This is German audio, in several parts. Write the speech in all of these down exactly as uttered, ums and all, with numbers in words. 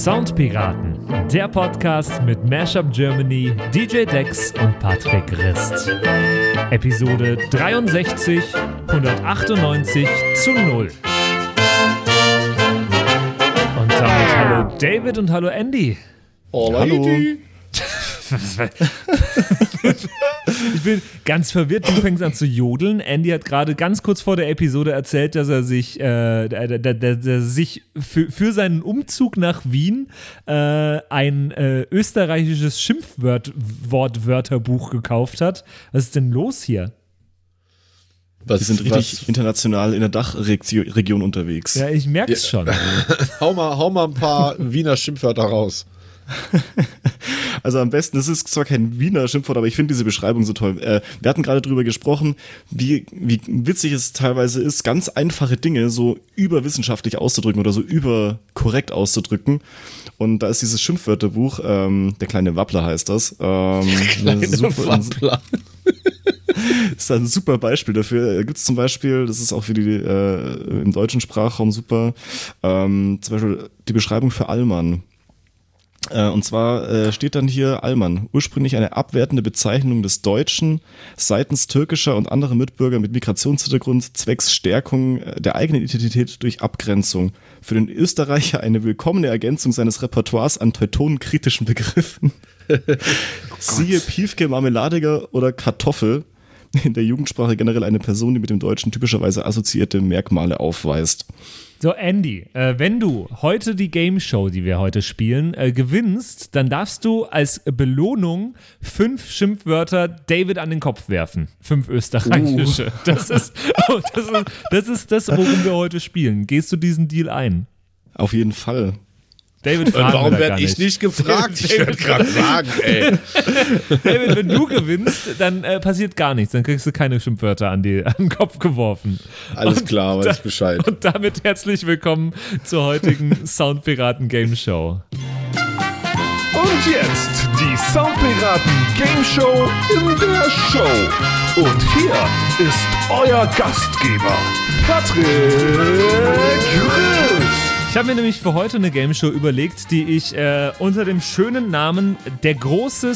Soundpiraten, der Podcast mit Mashup Germany, D J Dex und Patrick Rist. Episode dreiundsechzig, hundertachtundneunzig zu null. Und damit hallo David und hallo Andy. Oh, hallo. Ich bin ganz verwirrt, du fängst an zu jodeln. Andy hat gerade ganz kurz vor der Episode erzählt, dass er sich, äh, dass er sich für, für seinen Umzug nach Wien äh, ein äh, österreichisches Schimpfwort-Wörterbuch gekauft hat. Was ist denn los hier? Was, Wir sind richtig was? international in der Dachregion unterwegs. Ja, ich merk's ja. schon. hau, mal, hau mal ein paar Wiener Schimpfwörter raus. Also am besten, das ist zwar kein Wiener Schimpfwort, aber ich finde diese Beschreibung so toll. Äh, wir hatten gerade drüber gesprochen, wie, wie witzig es teilweise ist, ganz einfache Dinge so überwissenschaftlich auszudrücken oder so überkorrekt auszudrücken. Und da ist dieses Schimpfwörterbuch, ähm, der kleine Wappler heißt das. Ähm, kleine super, Wappler. Das ist ein super Beispiel dafür. Da gibt es zum Beispiel, das ist auch für die äh, im deutschen Sprachraum super, ähm, zum Beispiel die Beschreibung für Allmann. Und zwar äh, steht dann hier Allmann, ursprünglich eine abwertende Bezeichnung des Deutschen seitens türkischer und anderer Mitbürger mit Migrationshintergrund zwecks Stärkung der eigenen Identität durch Abgrenzung. Für den Österreicher eine willkommene Ergänzung seines Repertoires an teutonenkritischen Begriffen. Oh Siehe Piefke, Marmeladiger oder Kartoffel. In der Jugendsprache generell eine Person, die mit dem Deutschen typischerweise assoziierte Merkmale aufweist. So, Andy, äh, wenn du heute die Game Show, die wir heute spielen, äh, gewinnst, dann darfst du als Belohnung fünf Schimpfwörter David an den Kopf werfen. Fünf österreichische. Uh. Das ist, oh, das ist, das ist das, worum wir heute spielen. Gehst du diesen Deal ein? Auf jeden Fall. David, warum werde ich nicht gefragt? Ich werde gerade sagen, ey. David, wenn du gewinnst, dann äh, passiert gar nichts. Dann kriegst du keine Schimpfwörter an, die, an den Kopf geworfen. Alles und klar, weiß ich Bescheid. Und damit herzlich willkommen zur heutigen Soundpiraten Game Show. Und jetzt die Soundpiraten Game Show in der Show. Und hier ist euer Gastgeber, Patrick Rist. Ich habe mir nämlich für heute eine Game-Show überlegt, die ich äh, unter dem schönen Namen Der große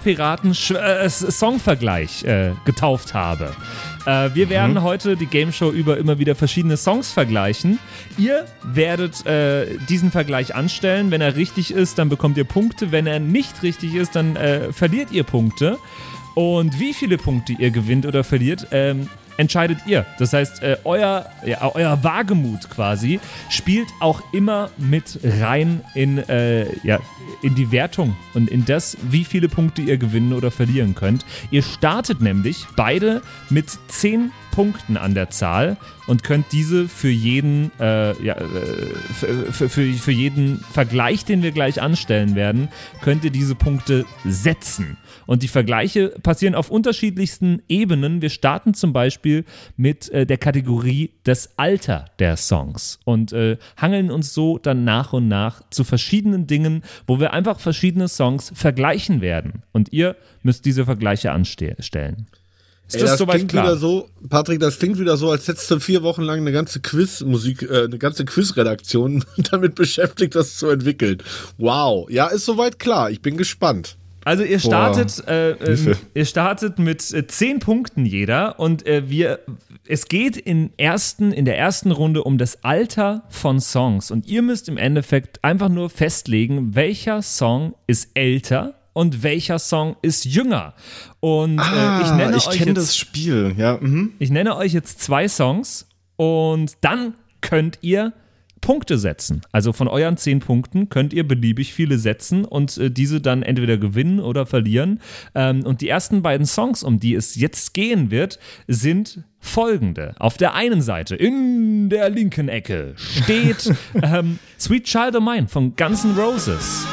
Soundpiraten-Songvergleich äh, getauft habe. Äh, wir werden mhm. heute die Game-Show über immer wieder verschiedene Songs vergleichen. Ihr werdet äh, diesen Vergleich anstellen. Wenn er richtig ist, dann bekommt ihr Punkte. Wenn er nicht richtig ist, dann äh, verliert ihr Punkte. Und wie viele Punkte ihr gewinnt oder verliert, ähm, entscheidet ihr. Das heißt, äh, euer, ja, euer Wagemut quasi spielt auch immer mit rein in, äh, ja, in die Wertung und in das, wie viele Punkte ihr gewinnen oder verlieren könnt. Ihr startet nämlich beide mit zehn Punkten an der Zahl und könnt diese für jeden, äh, ja, für, für, für, für jeden Vergleich, den wir gleich anstellen werden, könnt ihr diese Punkte setzen. Und die Vergleiche passieren auf unterschiedlichsten Ebenen. Wir starten zum Beispiel mit äh, der Kategorie das Alter der Songs und äh, hangeln uns so dann nach und nach zu verschiedenen Dingen, wo wir einfach verschiedene Songs vergleichen werden. Und ihr müsst diese Vergleiche anstellen. Ist Ey, das, das soweit klingt klar? Wieder so, Patrick, das klingt wieder so, als hättest du vier Wochen lang eine ganze Quizmusik, äh, eine ganze Quizredaktion damit beschäftigt, das zu entwickeln. Wow, ja, ist soweit klar. Ich bin gespannt. Also ihr startet, äh, äh, ihr startet mit äh, zehn Punkten jeder und äh, wir, es geht in, ersten, in der ersten Runde um das Alter von Songs und ihr müsst im Endeffekt einfach nur festlegen, welcher Song ist älter und welcher Song ist jünger. Und ah, äh, ich nenne ich euch kenne jetzt, das Spiel. Ja, mhm. ich nenne euch jetzt zwei Songs und dann könnt ihr Punkte setzen. Also von euren zehn Punkten könnt ihr beliebig viele setzen und äh, diese dann entweder gewinnen oder verlieren. Ähm, und die ersten beiden Songs, um die es jetzt gehen wird, sind folgende. Auf der einen Seite, in der linken Ecke, steht ähm, Sweet Child of Mine von Guns N' Roses.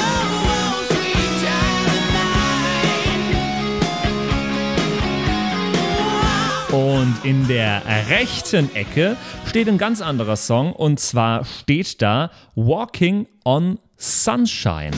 Und in der rechten Ecke steht ein ganz anderer Song und zwar steht da Walking on Sunshine.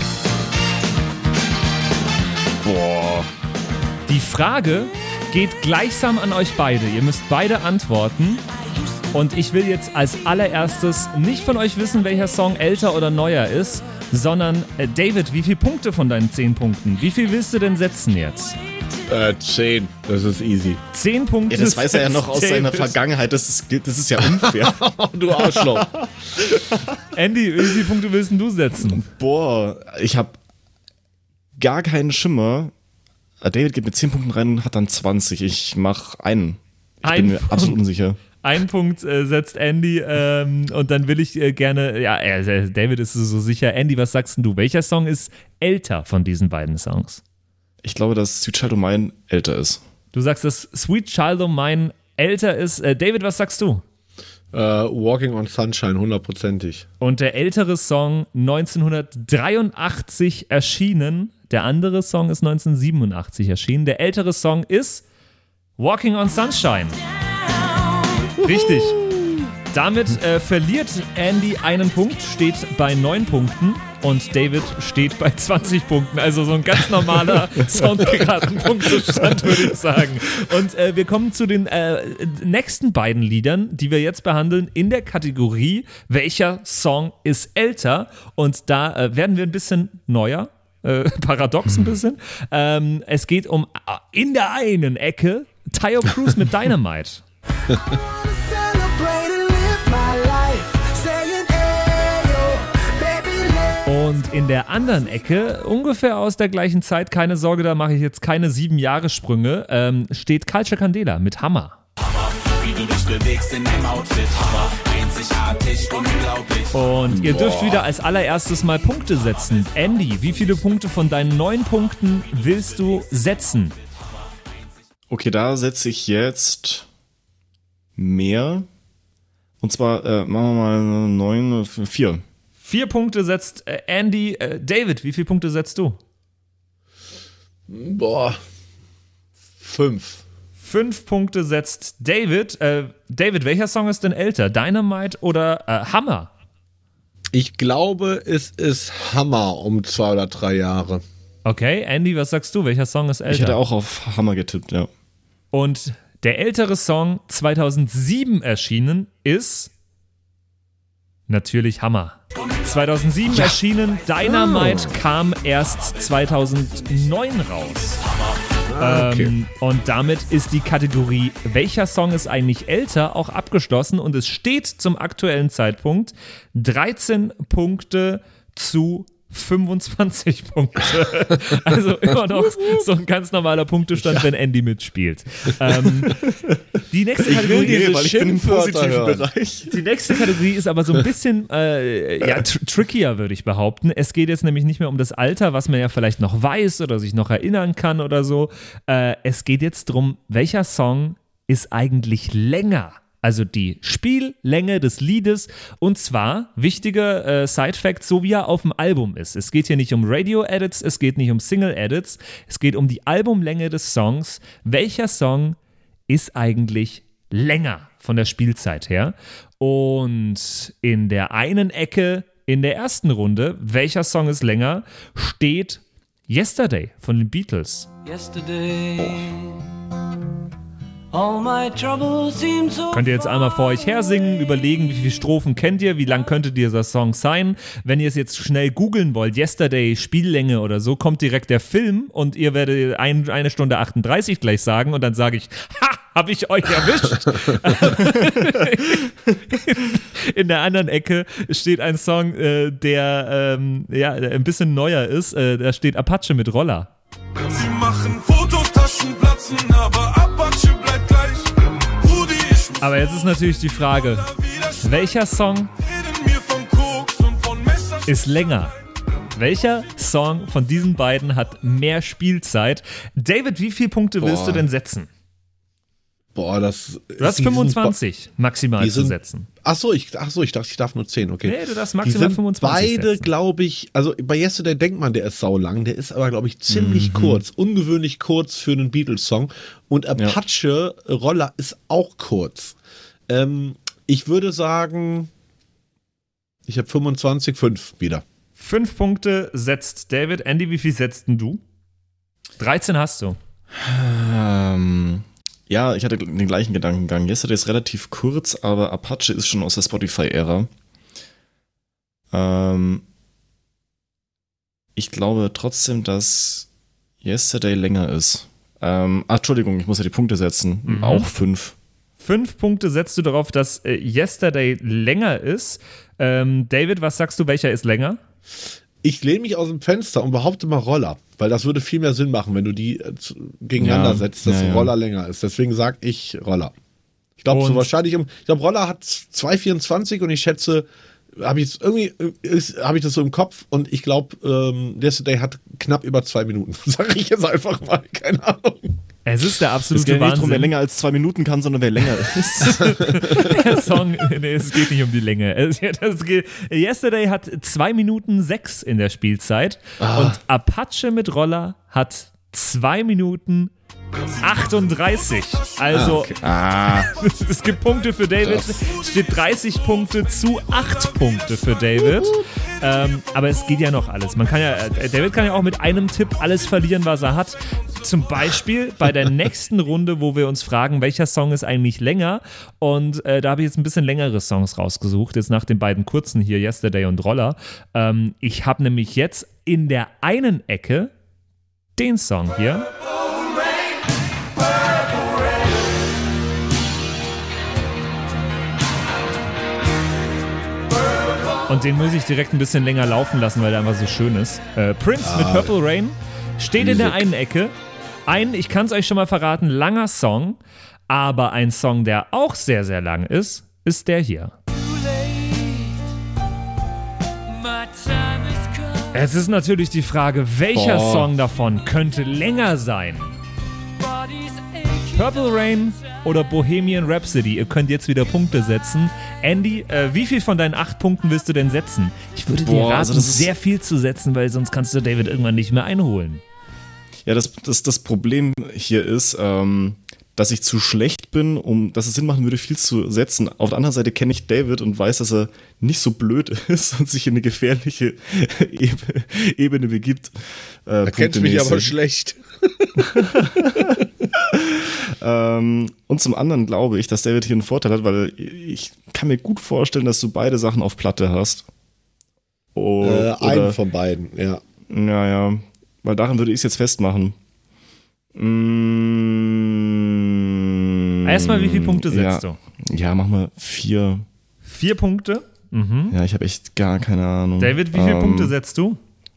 Boah. Die Frage geht gleichsam an euch beide. Ihr müsst beide antworten. Und ich will jetzt als allererstes nicht von euch wissen, welcher Song älter oder neuer ist, sondern äh, David, wie viele Punkte von deinen zehn Punkten? Wie viel willst du denn setzen jetzt? Äh, zehn. Das ist easy. Zehn Punkte. Ja, das weiß er ja noch aus David. seiner Vergangenheit. Das ist, das ist ja unfair. Du Arschloch. Andy, wie viele Punkte willst denn du setzen? Boah, ich habe gar keinen Schimmer. David geht mit zehn Punkten rein und hat dann zwanzig. Ich mach einen. Ich Ein bin mir Punkt. absolut unsicher. Ein Punkt äh, setzt Andy ähm, und dann will ich äh, gerne, ja, äh, David ist so sicher. Andy, was sagst denn du? Welcher Song ist älter von diesen beiden Songs? Ich glaube, dass Sweet Child O' Mine älter ist. Du sagst, dass Sweet Child O' Mine älter ist. Äh, David, was sagst du? Uh, Walking on Sunshine, hundertprozentig. Und der ältere Song neunzehnhundertdreiundachtzig erschienen. Der andere Song ist neunzehnhundertsiebenundachtzig erschienen. Der ältere Song ist Walking on Sunshine. Richtig. Damit äh, verliert Andy einen Punkt, steht bei neun Punkten und David steht bei zwanzig Punkten. Also so ein ganz normaler Soundpiraten-Punktestand, würde ich sagen. Und äh, wir kommen zu den äh, nächsten beiden Liedern, die wir jetzt behandeln in der Kategorie welcher Song ist älter? Und da äh, werden wir ein bisschen neuer. Äh, paradox ein bisschen. Ähm, es geht um äh, in der einen Ecke Taio Cruz mit Dynamite. Und in der anderen Ecke, ungefähr aus der gleichen Zeit, keine Sorge, da mache ich jetzt keine sieben Jahre Sprünge, ähm, steht Culture Candela mit Hammer. Hammer, wie du dich bewegst in deinem Outfit. Hammer, einzigartig, unglaublich. Und ihr dürft wieder als allererstes mal Punkte setzen. Andy, wie viele Punkte von deinen neun Punkten willst du setzen? Okay, da setze ich jetzt mehr. Und zwar, äh, machen wir mal neun, vier. Vier Punkte setzt äh, Andy. Äh, David, wie viele Punkte setzt du? Boah. Fünf. Fünf Punkte setzt David. Äh, David, welcher Song ist denn älter? Dynamite oder äh, Hammer? Ich glaube, es ist Hammer um zwei oder drei Jahre. Okay, Andy, was sagst du? Welcher Song ist älter? Ich hätte auch auf Hammer getippt, ja. Und der ältere Song zweitausendsieben erschienen ist natürlich Hammer. zweitausendsieben ja. erschienen, Dynamite oh. kam erst zweitausendneun raus. Ah, okay. ähm, und damit ist die Kategorie welcher Song ist eigentlich älter auch abgeschlossen und es steht zum aktuellen Zeitpunkt dreizehn Punkte zu fünfundzwanzig Punkte. Also immer noch so ein ganz normaler Punktestand, ja. wenn Andy mitspielt. Ähm, die nächste Kategorie, ich will, weil ich bin im positiven Bereich. Die nächste Kategorie ist aber so ein bisschen äh, ja, tr- trickier, würde ich behaupten. Es geht jetzt nämlich nicht mehr um das Alter, was man ja vielleicht noch weiß oder sich noch erinnern kann oder so. Äh, es geht jetzt darum, welcher Song ist eigentlich länger? Also die Spiellänge des Liedes und zwar, wichtiger äh, Side-Fact, so wie er auf dem Album ist. Es geht hier nicht um Radio-Edits, es geht nicht um Single-Edits, es geht um die Albumlänge des Songs. Welcher Song ist eigentlich länger von der Spielzeit her? Und in der einen Ecke, in der ersten Runde, welcher Song ist länger, steht Yesterday von den Beatles. Yesterday. All my troubles seem so Könnt ihr jetzt einmal vor euch hersingen, überlegen, wie viele Strophen kennt ihr, wie lang könnte dieser Song sein. Wenn ihr es jetzt schnell googeln wollt, Yesterday, Spiellänge oder so, kommt direkt der Film und ihr werdet ein, eine Stunde achtunddreißig gleich sagen und dann sage ich, ha, hab ich euch erwischt. In der anderen Ecke steht ein Song, äh, der ähm, ja, ein bisschen neuer ist. Äh, da steht Apache mit Roller. Sie machen Fotos, Taschen platzen, aber Apache bleibt gleich. Rudi, ich muss Aber jetzt ist natürlich die Frage, welcher Song ist länger? Welcher Song von diesen beiden hat mehr Spielzeit? David, wie viele Punkte Boah. willst du denn setzen? Boah, das. Du hast fünfundzwanzig maximal zu setzen. Achso, ich, ach so, ich dachte, ich darf nur zehn, okay. Nee, du darfst maximal fünfundzwanzig beide, setzen. glaube ich, also bei Yesterday denkt man, der ist saulang, der ist aber, glaube ich, ziemlich mhm. kurz. Ungewöhnlich kurz für einen Beatles-Song. Und Apache ja. Roller ist auch kurz. Ähm, ich würde sagen, ich habe fünfundzwanzig, fünf wieder. Fünf Punkte setzt David. Andy, wie viel setzt denn du? dreizehn hast du. Ähm. Ja, ich hatte den gleichen Gedankengang. Yesterday ist relativ kurz, aber Apache ist schon aus der Spotify-Ära. Ähm, ich glaube trotzdem, dass Yesterday länger ist. Ähm, ach, Entschuldigung, ich muss ja die Punkte setzen. Mhm. Auch fünf. Fünf Punkte setzt du darauf, dass äh, Yesterday länger ist. Ähm, David, was sagst du, welcher ist länger? Ich lehne mich aus dem Fenster und behaupte mal Roller, weil das würde viel mehr Sinn machen, wenn du die äh, gegeneinander ja, setzt, dass ja, ja. Roller länger ist. Deswegen sage ich Roller. Ich glaube so wahrscheinlich, ich glaube Roller hat zwei vierundzwanzig und ich schätze, habe ich irgendwie habe ich das so im Kopf und ich glaube, ähm, Yesterday hat knapp über zwei Minuten. Sage ich jetzt einfach mal, keine Ahnung. Es ist der absolute es geht Wahnsinn. Nicht darum, wer länger als zwei Minuten kann, sondern wer länger ist. Der Song, nee, es geht nicht um die Länge. Es, das geht, Yesterday hat zwei Minuten sechs in der Spielzeit ah. und Apache mit Roller hat zwei Minuten achtunddreißig. Also, ah, okay. ah. Es gibt Punkte für David. Es steht dreißig Punkte zu acht Punkte für David. Ähm, aber es geht ja noch alles. Man kann ja, David kann ja auch mit einem Tipp alles verlieren, was er hat. Zum Beispiel bei der nächsten Runde, wo wir uns fragen, welcher Song ist eigentlich länger. Und äh, da habe ich jetzt ein bisschen längere Songs rausgesucht, jetzt nach den beiden kurzen hier, Yesterday und Roller. Ähm, ich habe nämlich jetzt in der einen Ecke den Song hier. Und den muss ich direkt ein bisschen länger laufen lassen, weil der einfach so schön ist. Äh, Prince ah, mit Purple Rain steht in der einen Ecke. Ein, ich kann es euch schon mal verraten, langer Song. Aber ein Song, der auch sehr, sehr lang ist, ist der hier. Es ist natürlich die Frage, welcher oh. Song davon könnte länger sein? Purple Rain oder Bohemian Rhapsody? Ihr könnt jetzt wieder Punkte setzen. Andy, äh, wie viel von deinen acht Punkten willst du denn setzen? Ich würde Boah, dir raten, also sehr viel zu setzen, weil sonst kannst du David irgendwann nicht mehr einholen. Ja, das, das, das Problem hier ist, ähm, dass ich zu schlecht bin, um, dass es Sinn machen würde, viel zu setzen. Auf der anderen Seite kenne ich David und weiß, dass er nicht so blöd ist und sich in eine gefährliche Ebene begibt. Äh, da kennst du mich aber schlecht. ähm, und zum anderen glaube ich, dass David hier einen Vorteil hat, weil ich kann mir gut vorstellen, dass du beide Sachen auf Platte hast. Oh, äh, einen von beiden, ja. Ja, ja. Weil daran würde ich es jetzt festmachen. Mmh, Erstmal, wie viele Punkte setzt ja, du? Ja, mach mal vier. Vier Punkte? Mhm. Ja, ich habe echt gar keine Ahnung. David, wie viele ähm, Punkte setzt du?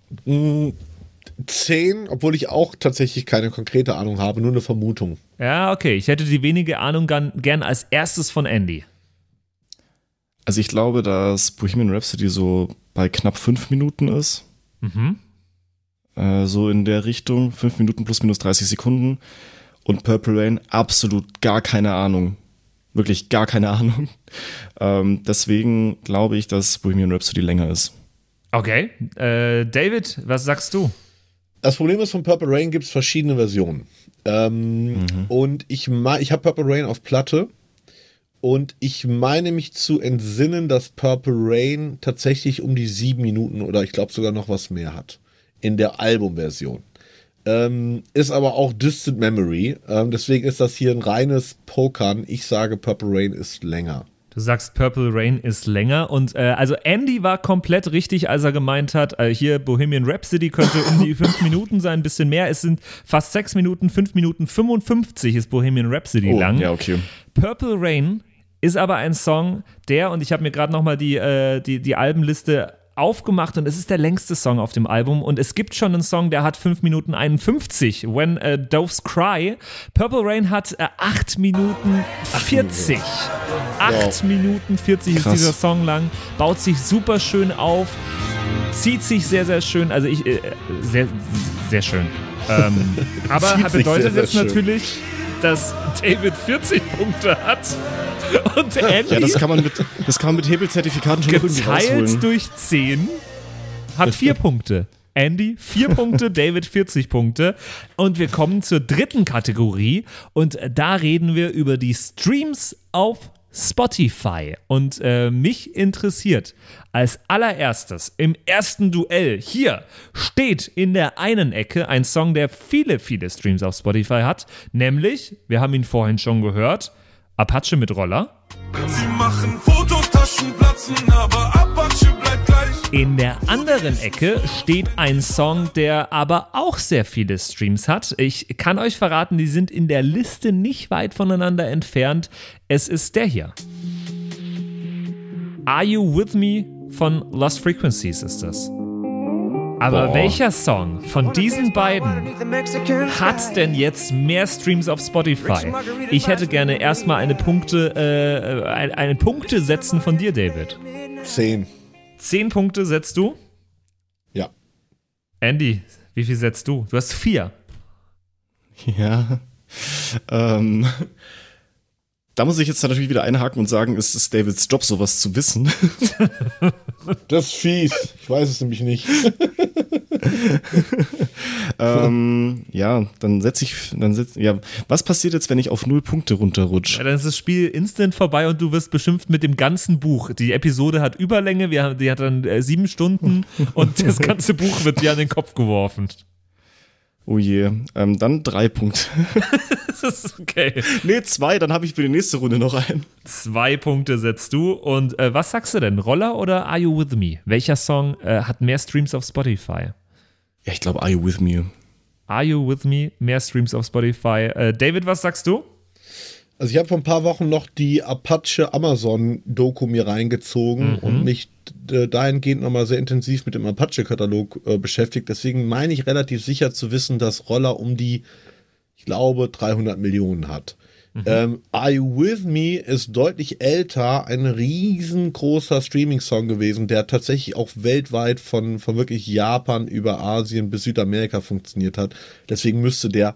Zehn, obwohl ich auch tatsächlich keine konkrete Ahnung habe, nur eine Vermutung. Ja, okay. Ich hätte die wenige Ahnung gern, gern als erstes von Andy. Also ich glaube, dass Bohemian Rhapsody so bei knapp fünf Minuten ist. Mhm. Äh, so in der Richtung. Fünf Minuten plus minus dreißig Sekunden. Und Purple Rain, absolut gar keine Ahnung. Wirklich gar keine Ahnung. Ähm, deswegen glaube ich, dass Bohemian Rhapsody länger ist. Okay. Äh, David, was sagst du? Das Problem ist, von Purple Rain gibt es verschiedene Versionen. Ähm, mhm. Und ich, ich habe Purple Rain auf Platte. Und ich meine mich zu entsinnen, dass Purple Rain tatsächlich um die sieben Minuten oder ich glaube sogar noch was mehr hat. In der Albumversion. Ähm, ist aber auch Distant Memory. Ähm, deswegen ist das hier ein reines Pokern. Ich sage, Purple Rain ist länger. Du sagst, Purple Rain ist länger. Und äh, also Andy war komplett richtig, als er gemeint hat, äh, hier Bohemian Rhapsody könnte um die fünf Minuten sein, ein bisschen mehr. Es sind fast sechs Minuten, fünf Minuten fünfundfünfzig ist Bohemian Rhapsody oh, lang. Ja, okay. Purple Rain ist aber ein Song, der, und ich habe mir gerade nochmal die, äh, die, die Albenliste aufgemacht und es ist der längste Song auf dem Album und es gibt schon einen Song, der hat fünf Minuten einundfünfzig, When uh, Doves Cry. Purple Rain hat äh, acht Minuten vierzig. acht Minuten vierzig Krass. Ist dieser Song lang, baut sich super schön auf, zieht sich sehr, sehr schön, also ich, äh, sehr, sehr schön. Ähm, aber bedeutet sehr, jetzt sehr natürlich, dass David vierzig Punkte hat und Andy ja, das kann man mit, das kann man mit Hebelzertifikaten schon irgendwie rausholen. Geteilt durch zehn hat vier Punkte. Andy vier Punkte, David vierzig Punkte. Und wir kommen zur dritten Kategorie und da reden wir über die Streams auf Spotify. Und äh, mich interessiert als allererstes im ersten Duell hier steht in der einen Ecke ein Song, der viele, viele Streams auf Spotify hat, nämlich, wir haben ihn vorhin schon gehört, Apache mit Roller. Sie machen Fotos, Taschen platzen, aber Apache bleibt gleich. In der anderen Ecke steht ein Song, der aber auch sehr viele Streams hat. Ich kann euch verraten, die sind in der Liste nicht weit voneinander entfernt. Es ist der hier. Are You With Me von Lost Frequencies ist das. Aber Boah. welcher Song von diesen beiden hat denn jetzt mehr Streams auf Spotify? Ich hätte gerne erstmal eine Punkte, äh, eine, eine Punkte setzen von dir, David. Zehn. Zehn Punkte setzt du? Ja. Andy, wie viel setzt du? Du hast vier. Ja. Ähm... Da muss ich jetzt natürlich wieder einhaken und sagen, es ist Davids Job, sowas zu wissen. Das ist fies. Ich weiß es nämlich nicht. ähm, ja, dann setze ich, dann setz, ja, was passiert jetzt, wenn ich auf null Punkte runterrutsche? Ja, dann ist das Spiel instant vorbei und du wirst beschimpft mit dem ganzen Buch. Die Episode hat Überlänge, wir haben, die hat dann äh, sieben Stunden und das ganze Buch wird dir an den Kopf geworfen. Oh je, ähm, dann drei Punkte. Das ist okay. Nee, zwei, dann habe ich für die nächste Runde noch einen. Zwei Punkte setzt du. Und äh, was sagst du denn? Roller oder Are You With Me? Welcher Song äh, hat mehr Streams auf Spotify? Ja, ich glaube Are You With Me. Are You With Me? Mehr Streams auf Spotify. Äh, David, was sagst du? Also ich habe vor ein paar Wochen noch die Apache Amazon-Doku mir reingezogen mhm. und mich äh, dahingehend nochmal sehr intensiv mit dem Apache-Katalog äh, beschäftigt. Deswegen meine ich relativ sicher zu wissen, dass Roller um die, ich glaube, dreihundert Millionen hat. Mhm. Ähm, Are You With Me ist deutlich älter, ein riesengroßer Streaming-Song gewesen, der tatsächlich auch weltweit von, von wirklich Japan über Asien bis Südamerika funktioniert hat. Deswegen müsste der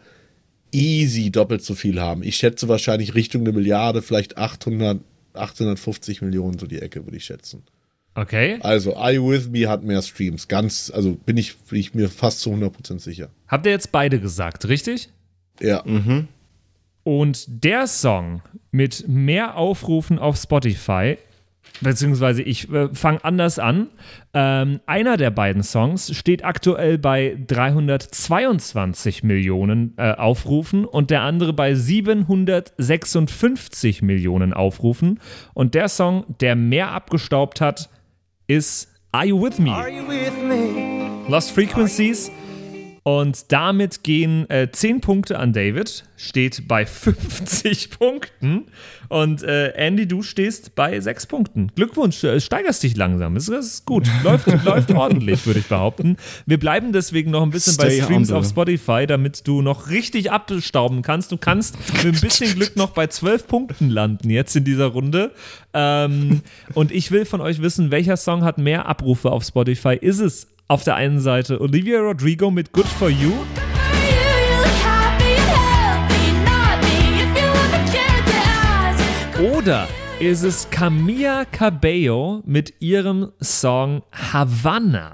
easy doppelt so viel haben. Ich schätze wahrscheinlich Richtung eine Milliarde, vielleicht achthundert, achthundertfünfzig Millionen, so die Ecke, würde ich schätzen. Okay. Also, Are You With Me hat mehr Streams. Ganz, also bin ich, bin ich mir fast zu hundert Prozent sicher. Habt ihr jetzt beide gesagt, richtig? Ja. Mhm. Und der Song mit mehr Aufrufen auf Spotify, beziehungsweise ich äh, fange anders an, ähm, einer der beiden Songs steht aktuell bei dreihundertzweiundzwanzig Millionen äh, Aufrufen und der andere bei siebenhundertsechsundfünfzig Millionen Aufrufen. Und der Song, der mehr abgestaubt hat, ist Are You With Me? Are you with me? Lost Frequencies. Und damit gehen äh, zehn Punkte an David, steht bei fünfzig Punkten. Und äh, Andy, du stehst bei sechs Punkten. Glückwunsch, äh, steigerst dich langsam. Das ist gut, läuft, läuft ordentlich, würde ich behaupten. Wir bleiben deswegen noch ein bisschen Stay bei Streams auf Spotify, damit du noch richtig abstauben kannst. Du kannst mit ein bisschen Glück noch bei zwölf Punkten landen jetzt in dieser Runde. Ähm, und ich will von euch wissen, welcher Song hat mehr Abrufe auf Spotify? Ist es auf der einen Seite Olivia Rodrigo mit Good For You? Oder ist es Camila Cabello mit ihrem Song Havana?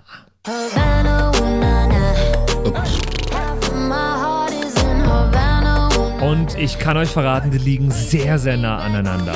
Und ich kann euch verraten, die liegen sehr, sehr nah aneinander.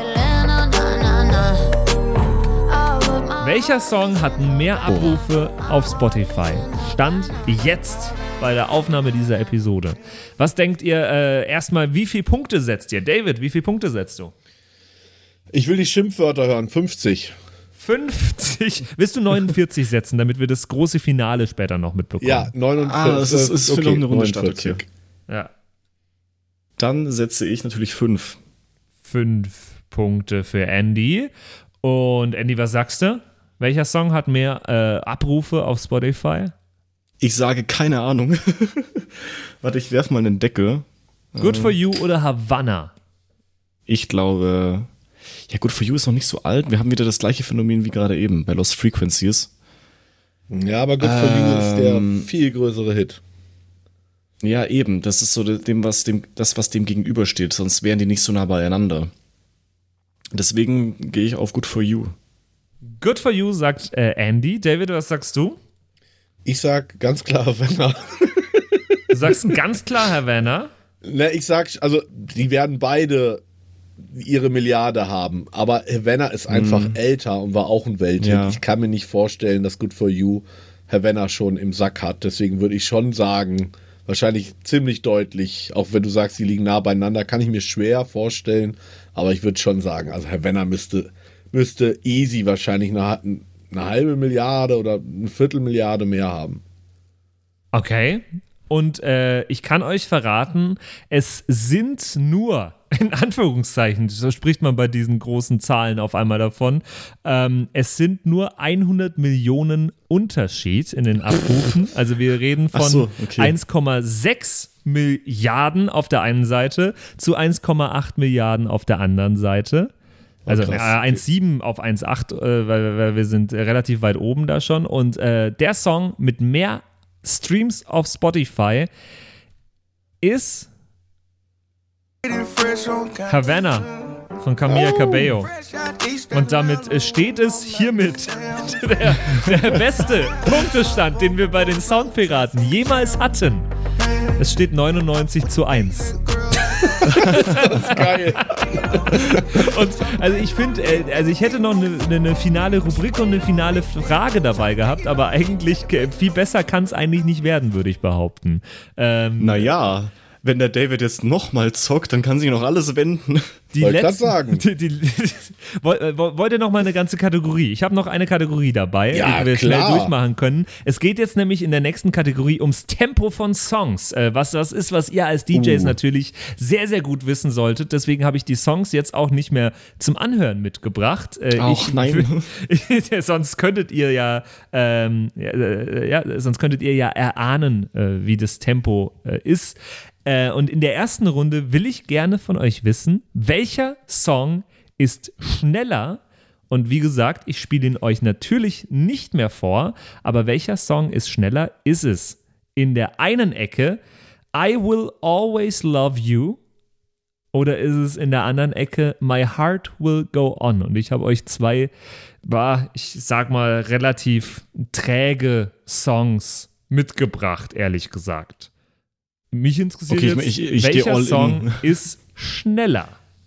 Welcher Song hat mehr Abrufe auf Spotify? Stand jetzt bei der Aufnahme dieser Episode. Was denkt ihr äh, erstmal, wie viele Punkte setzt ihr? David, wie viele Punkte setzt du? Ich will die Schimpfwörter hören, fünfzig. fünfzig? Willst du neunundvierzig setzen, damit wir das große Finale später noch mitbekommen? Ja, neunundvierzig. Ah, das ist, ist okay, für noch eine Runde statt, okay. Ja. Dann setze ich natürlich fünf. Fünf Punkte für Andy. Und Andy, was sagst du? Welcher Song hat mehr äh, Abrufe auf Spotify? Ich sage keine Ahnung. Warte, ich werf mal einen Deckel. Good For You oder Havana? Ich glaube, ja, Good For You ist noch nicht so alt. Wir haben wieder das gleiche Phänomen wie gerade eben bei Lost Frequencies. Ja, aber Good For You ist der viel größere Hit. Ja, eben. Das ist so dem, was dem, das, was dem gegenübersteht. Sonst wären die nicht so nah beieinander. Deswegen gehe ich auf Good For You. Good For You sagt äh, Andy. David, was sagst du? Ich sag ganz klar Havana. Du sagst ganz klar Havana? Ne, ich sag, also die werden beide ihre Milliarde haben. Aber Havana ist einfach mm. älter und war auch ein Welthit. Ja. Ich kann mir nicht vorstellen, dass Good For You Havana schon im Sack hat. Deswegen würde ich schon sagen, wahrscheinlich ziemlich deutlich, auch wenn du sagst, die liegen nah beieinander, kann ich mir schwer vorstellen. Aber ich würde schon sagen, also Havana müsste, müsste easy wahrscheinlich eine, eine halbe Milliarde oder eine Viertelmilliarde mehr haben. Okay. Und äh, ich kann euch verraten, es sind nur, in Anführungszeichen, so spricht man bei diesen großen Zahlen auf einmal davon, ähm, es sind nur hundert Millionen Unterschied in den Abrufen. Also wir reden von so, okay. eins Komma sechs Milliarden auf der einen Seite zu eins Komma acht Milliarden auf der anderen Seite. Also oh, äh, eins Komma sieben auf eins Komma acht, äh, weil, weil wir sind relativ weit oben da schon. Und äh, der Song mit mehr Streams auf Spotify ist Havana von Camila Cabello. Und damit steht es hiermit der, der beste Punktestand, den wir bei den Soundpiraten jemals hatten. Es steht neunundneunzig zu eins. Das ist geil. Und also ich finde, also ich hätte noch eine, eine finale Rubrik und eine finale Frage dabei gehabt, aber eigentlich viel besser kann es eigentlich nicht werden, würde ich behaupten. Ähm, naja, wenn der David jetzt nochmal zockt, dann kann sich noch alles wenden. Die Wollte letzten, sagen. Die, die, die, wollt ihr noch mal eine ganze Kategorie? Ich habe noch eine Kategorie dabei, ja, die wir klar. schnell durchmachen können. Es geht jetzt nämlich in der nächsten Kategorie ums Tempo von Songs. Äh, was das ist, was ihr als D Js uh. natürlich sehr, sehr gut wissen solltet. Deswegen habe ich die Songs jetzt auch nicht mehr zum Anhören mitgebracht. Äh, Ach, ich, nein. sonst könntet ihr ja, ähm, ja, ja, sonst könntet ihr ja erahnen, äh, wie das Tempo äh, ist. Äh, und in der ersten Runde will ich gerne von euch wissen, welcher Song ist schneller? Und wie gesagt, ich spiele ihn euch natürlich nicht mehr vor, aber welcher Song ist schneller? Ist es in der einen Ecke I Will Always Love You oder ist es in der anderen Ecke My Heart Will Go On? Und ich habe euch zwei, ich sag mal, relativ träge Songs mitgebracht, ehrlich gesagt. Mich interessiert okay, jetzt, ich, ich, ich welcher Song in. ist schneller?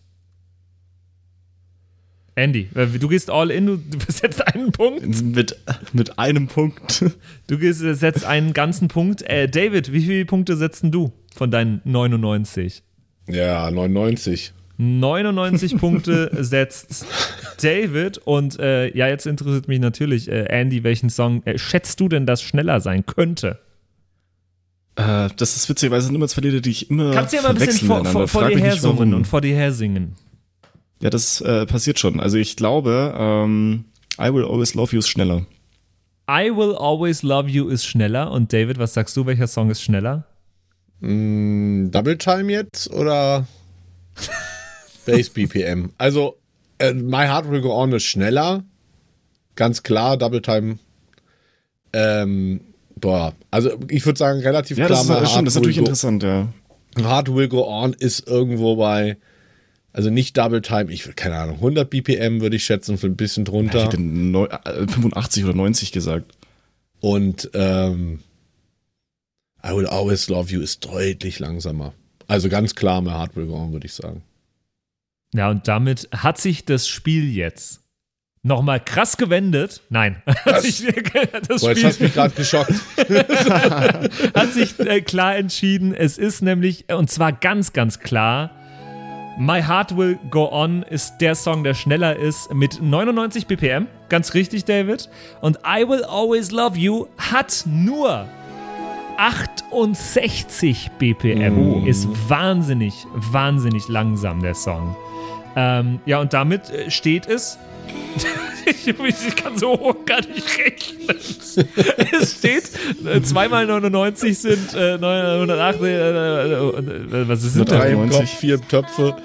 Andy, du gehst all in, du, du setzt einen Punkt. Mit, mit einem Punkt. Du gehst, setzt einen ganzen Punkt. Äh, David, wie viele Punkte setzt du von deinen neunundneunzig? Ja, neunundneunzig. neunundneunzig Punkte setzt David. Und äh, ja, jetzt interessiert mich natürlich, äh, Andy, welchen Song äh, schätzt du denn, dass schneller sein könnte? Äh, das ist witzigerweise sind immer zwei Lieder, die ich immer Kannst du ja mal ein bisschen vor, vor, vor dir her summen und vor dir her singen? Ja, das äh, passiert schon. Also ich glaube, ähm, I Will Always Love You ist schneller. I Will Always Love You ist schneller. Und David, was sagst du, welcher Song ist schneller? Mm, Double Time jetzt oder Bass B P M? Also äh, My Heart Will Go On ist schneller. Ganz klar, Double Time ähm Boah, also ich würde sagen, relativ ja, klar. Das ist, stimmt, das ist natürlich interessant, ja. Heart Will Go On ist irgendwo bei, also nicht Double Time, ich keine Ahnung, hundert B P M würde ich schätzen, für ein bisschen drunter. Ich hätte fünfundachtzig oder neunzig gesagt. Und ähm, I Will Always Love You ist deutlich langsamer. Also ganz klar, My Heart Will Go On, würde ich sagen. Ja, und damit hat sich das Spiel jetzt nochmal krass gewendet. Nein. Das, sich, das Boah, jetzt Spiel hast du mich gerade geschockt. Hat sich äh, klar entschieden. Es ist nämlich, und zwar ganz, ganz klar, My Heart Will Go On ist der Song, der schneller ist, mit neunundneunzig B P M. Ganz richtig, David. Und I Will Always Love You hat nur achtundsechzig B P M. Mm. Ist wahnsinnig, wahnsinnig langsam, der Song. Ähm, ja, und damit äh, steht es Ich, ich kann so hoch gar nicht rechnen. Es steht, äh, zwei mal neunundneunzig sind äh, neunhundertacht. Äh, äh, was ist das? Drei im Kopf, vier Töpfe.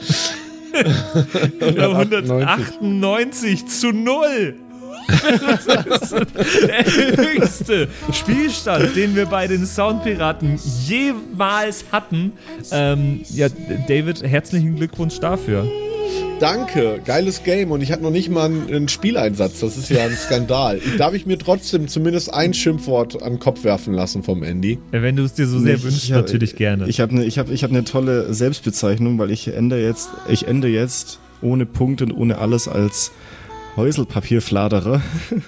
hundertachtundneunzig zu null. Das ist der höchste Spielstand, den wir bei den Soundpiraten jemals hatten. Ähm, ja, David, herzlichen Glückwunsch dafür. Danke, geiles Game und ich hatte noch nicht mal einen, einen Spieleinsatz, das ist ja ein Skandal. Darf ich mir trotzdem zumindest ein Schimpfwort an den Kopf werfen lassen vom Andy? Ja, wenn du es dir so sehr ich, wünschst, ich hab, natürlich gerne. Ich habe eine ich hab, ich hab ne tolle Selbstbezeichnung, weil ich ende jetzt, ich ende jetzt ohne Punkte und ohne alles als Häuselpapierfladerer.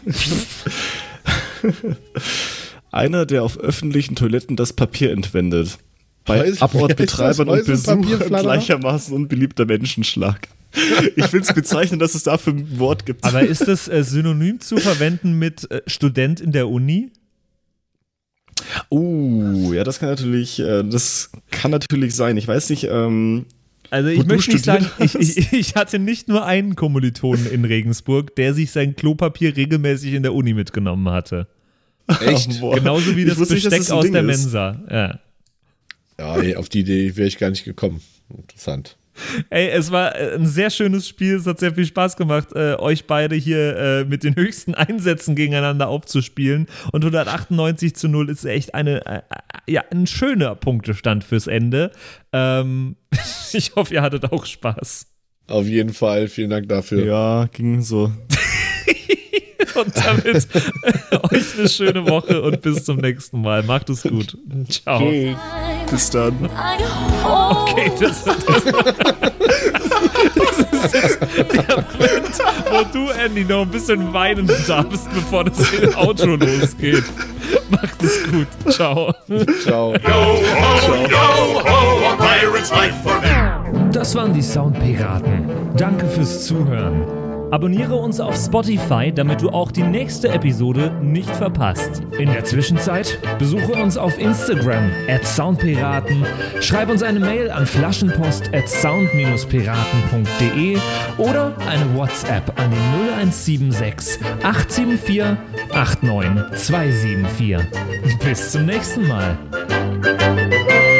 Einer, der auf öffentlichen Toiletten das Papier entwendet. Bei Abortbetreibern und Besuchern gleichermaßen unbeliebter Menschenschlag. Ich finde es bezeichnend, dass es dafür ein Wort gibt. Aber ist das äh, synonym zu verwenden mit äh, Student in der Uni? Oh, ja, das kann natürlich, äh, das kann natürlich sein. Ich weiß nicht, ähm, Also ich möchte nicht sagen, ich, ich, ich hatte nicht nur einen Kommilitonen in Regensburg, der sich sein Klopapier regelmäßig in der Uni mitgenommen hatte. Echt? Oh, genauso wie das Besteck nicht, das aus Ding der ist. Mensa. Ja. Ja, nee, auf die Idee wäre ich gar nicht gekommen. Interessant. Ey, es war ein sehr schönes Spiel, es hat sehr viel Spaß gemacht, äh, euch beide hier äh, mit den höchsten Einsätzen gegeneinander aufzuspielen. Und hundertachtundneunzig zu null ist echt eine, äh, ja, ein schöner Punktestand fürs Ende. Ähm, ich hoffe, ihr hattet auch Spaß. Auf jeden Fall, vielen Dank dafür. Ja, ging so. Und damit euch eine schöne Woche und bis zum nächsten Mal. Macht es gut. Ciao. Tschüss. Bis dann. Okay, das, das, das ist jetzt der Moment, wo du, Andy, noch ein bisschen weinen darfst, bevor das Outro losgeht. Macht es gut. Ciao. Ciao. Das waren die Soundpiraten. Danke fürs Zuhören. Abonniere uns auf Spotify, damit du auch die nächste Episode nicht verpasst. In der Zwischenzeit besuche uns auf Instagram at soundpiraten, schreib uns eine Mail an flaschenpost at sound piraten punkt de oder eine WhatsApp an die null eins sieben sechs acht sieben vier acht neun zwei sieben vier. Bis zum nächsten Mal.